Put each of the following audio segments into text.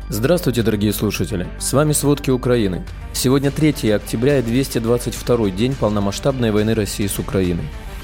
Здравствуйте, дорогие слушатели! С вами «Сводки Украины». Сегодня 3 октября и 222-й день полномасштабной войны России с Украиной.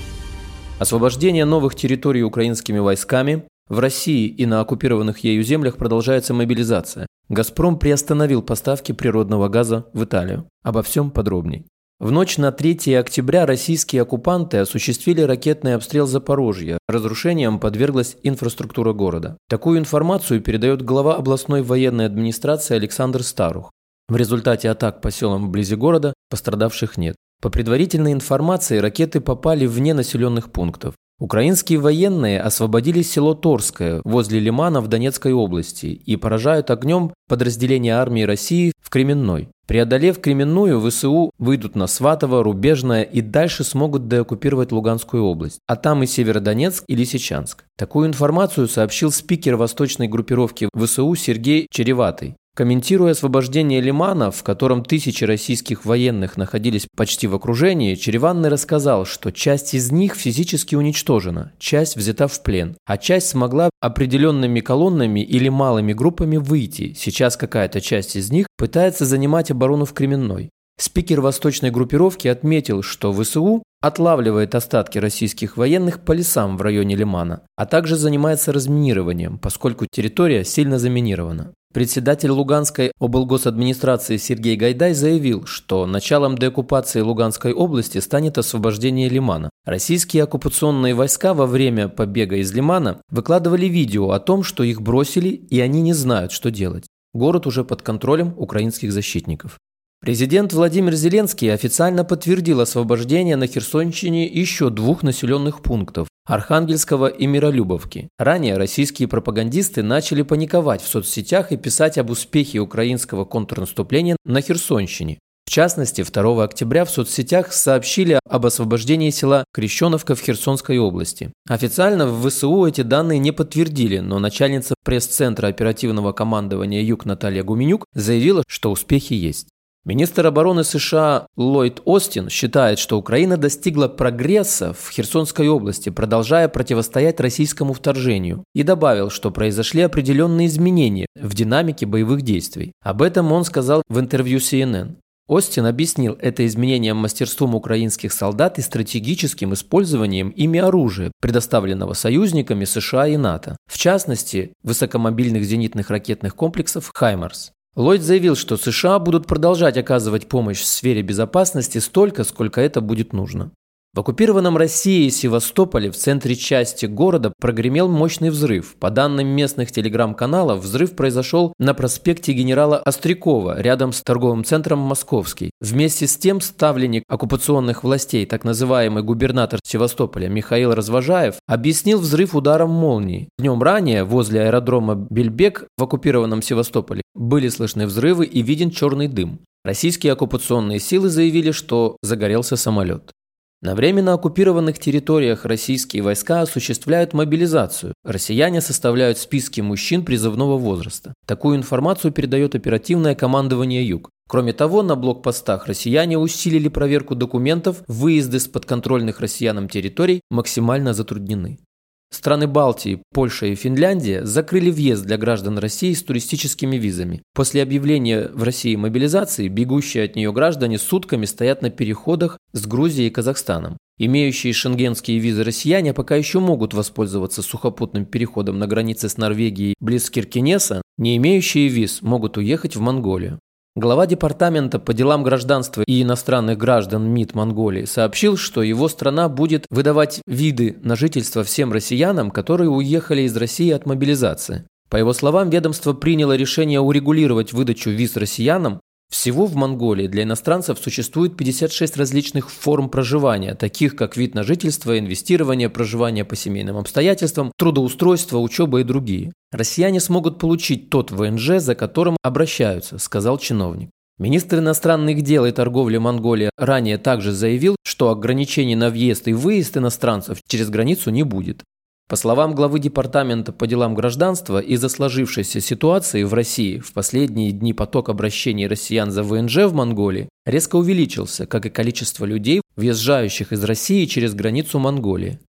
Освобождение новых территорий украинскими войсками. В России и на оккупированных ею землях продолжается мобилизация. «Газпром» приостановил поставки природного газа в Италию. Обо всем подробней. В ночь на 3 октября российские оккупанты осуществили ракетный обстрел Запорожья. Разрушением подверглась инфраструктура города. Такую информацию передает глава областной военной администрации Александр Старух. В результате атак по селам вблизи города пострадавших нет. По предварительной информации, ракеты попали вне населенных пунктов. Украинские военные освободили село Торское возле Лимана в Донецкой области и поражают огнем подразделения армии России в Кременной. Преодолев Кременную, ВСУ выйдут на Сватово, Рубежное и дальше смогут деоккупировать Луганскую область, а там и Северодонецк и Лисичанск. Такую информацию сообщил спикер восточной группировки ВСУ Сергей Череватый. Комментируя освобождение Лимана, в котором тысячи российских военных находились почти в окружении, Череванный рассказал, что часть из них физически уничтожена, часть взята в плен, а часть смогла определенными колоннами или малыми группами выйти. Сейчас какая-то часть из них пытается занимать оборону в Кременной. Спикер восточной группировки отметил, что ВСУ отлавливает остатки российских военных по лесам в районе Лимана, а также занимается разминированием, поскольку территория сильно заминирована. Председатель Луганской облгосадминистрации Сергей Гайдай заявил, что началом деоккупации Луганской области станет освобождение Лимана. Российские оккупационные войска во время побега из Лимана выкладывали видео о том, что их бросили и они не знают, что делать. Город уже под контролем украинских защитников. Президент Владимир Зеленский официально подтвердил освобождение на Херсонщине еще 2 населенных пунктов – Архангельского и Миролюбовки. Ранее российские пропагандисты начали паниковать в соцсетях и писать об успехе украинского контрнаступления на Херсонщине. В частности, 2 октября в соцсетях сообщили об освобождении села Крещеновка в Херсонской области. Официально в ВСУ эти данные не подтвердили, но начальница пресс-центра оперативного командования «Юг» Наталья Гуменюк заявила, что успехи есть. Министр обороны США Ллойд Остин считает, что Украина достигла прогресса в Херсонской области, продолжая противостоять российскому вторжению, и добавил, что произошли определенные изменения в динамике боевых действий. Об этом он сказал в интервью CNN. Остин объяснил это изменением мастерством украинских солдат и стратегическим использованием ими оружия, предоставленного союзниками США и НАТО, в частности, высокомобильных зенитных ракетных комплексов «Хаймарс». Ллойд заявил, что США будут продолжать оказывать помощь в сфере безопасности столько, сколько это будет нужно. В оккупированном Россией Севастополе в центре части города прогремел мощный взрыв. По данным местных телеграм-каналов, взрыв произошел на проспекте генерала Острякова, рядом с торговым центром «Московский». Вместе с тем ставленник оккупационных властей, так называемый губернатор Севастополя Михаил Развожаев, объяснил взрыв ударом молнии. Днем ранее возле аэродрома Бельбек в оккупированном Севастополе были слышны взрывы и виден черный дым. Российские оккупационные силы заявили, что загорелся самолет. На временно оккупированных территориях российские войска осуществляют мобилизацию. Россияне составляют списки мужчин призывного возраста. Такую информацию передает оперативное командование «Юг». Кроме того, на блокпостах россияне усилили проверку документов, выезды с подконтрольных россиянам территорий максимально затруднены. Страны Балтии, Польша и Финляндия закрыли въезд для граждан России с туристическими визами. После объявления в России мобилизации бегущие от нее граждане сутками стоят на переходах с Грузией и Казахстаном. Имеющие шенгенские визы россияне пока еще могут воспользоваться сухопутным переходом на границе с Норвегией близ Киркенеса, не имеющие виз могут уехать в Монголию. Глава Департамента по делам гражданства и иностранных граждан МИД Монголии сообщил, что его страна будет выдавать виды на жительство всем россиянам, которые уехали из России от мобилизации. По его словам, ведомство приняло решение урегулировать выдачу виз россиянам. Всего в Монголии для иностранцев существует 56 различных форм проживания, таких как вид на жительство, инвестирование, проживание по семейным обстоятельствам, трудоустройство, учеба и другие. Россияне смогут получить тот ВНЖ, за которым обращаются, сказал чиновник. Министр иностранных дел и торговли Монголии ранее также заявил, что ограничений на въезд и выезд иностранцев через границу не будет. По словам главы Департамента по делам гражданства, из-за сложившейся ситуации в России в последние дни поток обращений россиян за ВНЖ в Монголии резко увеличился, как и количество людей, въезжающих из России через границу Монголии.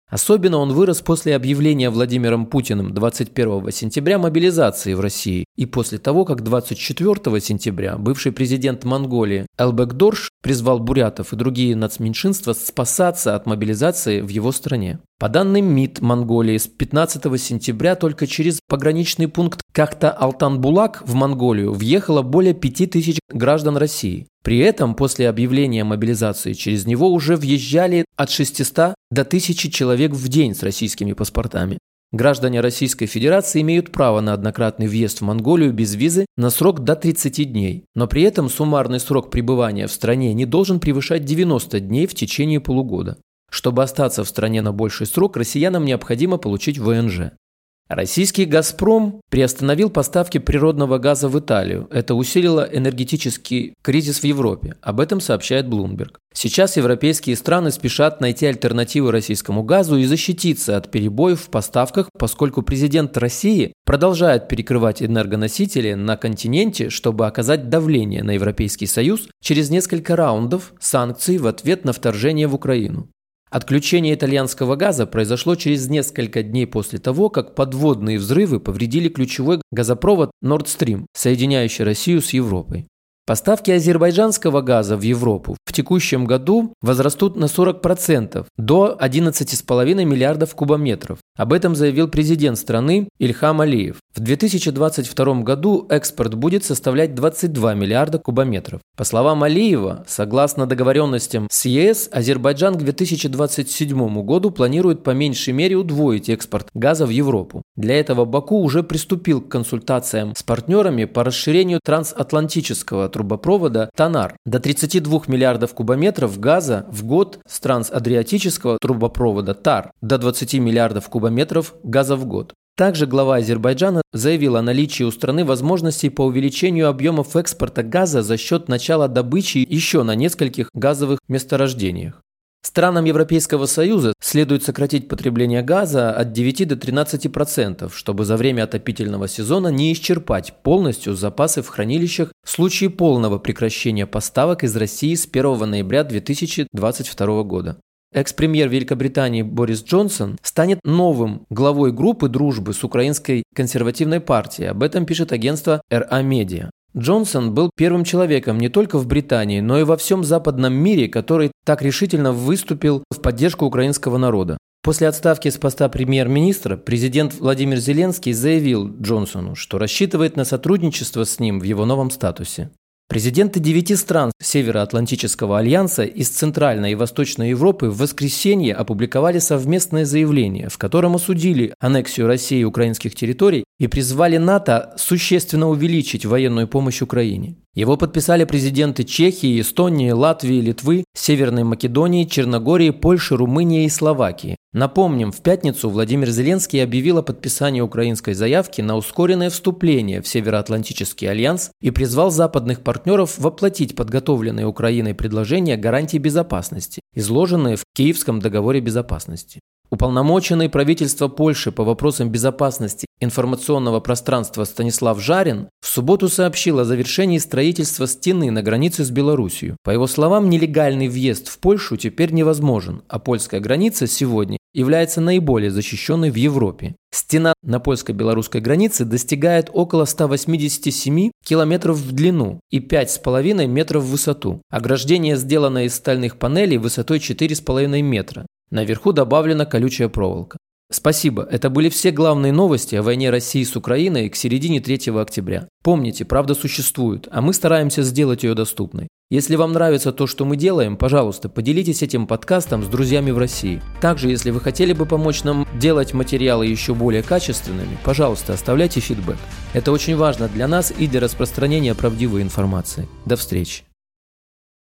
Особенно он вырос после объявления Владимиром Путиным 21 сентября мобилизации в России и после того, как 24 сентября бывший президент Монголии Элбек-Дорж призвал бурятов и другие нацменьшинства спасаться от мобилизации в его стране. По данным МИД Монголии, с 15 сентября только через пограничный пункт Кахта-Алтан-Булак в Монголию въехало более 5000 граждан России. При этом после объявления мобилизации через него уже въезжали от 600 до 1000 человек в день с российскими паспортами. Граждане Российской Федерации имеют право на однократный въезд в Монголию без визы на срок до 30 дней, но при этом суммарный срок пребывания в стране не должен превышать 90 дней в течение полугода. Чтобы остаться в стране на больший срок, россиянам необходимо получить ВНЖ. Российский «Газпром» приостановил поставки природного газа в Италию. Это усилило энергетический кризис в Европе. Об этом сообщает Bloomberg. Сейчас европейские страны спешат найти альтернативы российскому газу и защититься от перебоев в поставках, поскольку президент России продолжает перекрывать энергоносители на континенте, чтобы оказать давление на Европейский Союз через несколько раундов санкций в ответ на вторжение в Украину. Отключение итальянского газа произошло через несколько дней после того, как подводные взрывы повредили ключевой газопровод Nord Stream, соединяющий Россию с Европой. Поставки азербайджанского газа в Европу в текущем году возрастут на 40% до 11,5 миллиардов кубометров. Об этом заявил президент страны Ильхам Алиев. В 2022 году экспорт будет составлять 22 миллиарда кубометров. По словам Алиева, согласно договоренностям с ЕС, Азербайджан к 2027 году планирует по меньшей мере удвоить экспорт газа в Европу. Для этого Баку уже приступил к консультациям с партнерами по расширению трансатлантического трубопровода «Танар» до 32 миллиардов кубометров газа в год, с трансадриатического трубопровода «ТАР» до 20 миллиардов кубометров газа в год. Также глава Азербайджана заявил о наличии у страны возможностей по увеличению объемов экспорта газа за счет начала добычи еще на нескольких газовых месторождениях. Странам Европейского Союза следует сократить потребление газа от 9 до 13%, чтобы за время отопительного сезона не исчерпать полностью запасы в хранилищах в случае полного прекращения поставок из России с 1 ноября 2022 года. Экс-премьер Великобритании Борис Джонсон станет новым главой группы дружбы с Украинской консервативной партией. Об этом пишет агентство RA Media. Джонсон был первым человеком не только в Британии, но и во всем западном мире, который так решительно выступил в поддержку украинского народа. После отставки с поста премьер-министра президент Владимир Зеленский заявил Джонсону, что рассчитывает на сотрудничество с ним в его новом статусе. Президенты 9 стран Североатлантического альянса из Центральной и Восточной Европы в воскресенье опубликовали совместное заявление, в котором осудили аннексию России украинских территорий и призвали НАТО существенно увеличить военную помощь Украине. Его подписали президенты Чехии, Эстонии, Латвии, Литвы, Северной Македонии, Черногории, Польши, Румынии и Словакии. Напомним, в пятницу Владимир Зеленский объявил о подписании украинской заявки на ускоренное вступление в Североатлантический альянс и призвал западных партнеров воплотить подготовленные Украиной предложения гарантий безопасности, изложенные в Киевском договоре безопасности. Уполномоченный правительства Польши по вопросам безопасности информационного пространства Станислав Жарин в субботу сообщил о завершении строительства стены на границе с Белоруссией. По его словам, нелегальный въезд в Польшу теперь невозможен, а польская граница сегодня является наиболее защищенной в Европе. Стена на польско-белорусской границе достигает около 187 километров в длину и 5,5 метров в высоту. Ограждение сделано из стальных панелей высотой 4,5 метра. Наверху добавлена колючая проволока. Спасибо, это были все главные новости о войне России с Украиной к середине 3 октября. Помните, правда существует, а мы стараемся сделать ее доступной. Если вам нравится то, что мы делаем, пожалуйста, поделитесь этим подкастом с друзьями в России. Также, если вы хотели бы помочь нам делать материалы еще более качественными, пожалуйста, оставляйте фидбэк. Это очень важно для нас и для распространения правдивой информации. До встречи.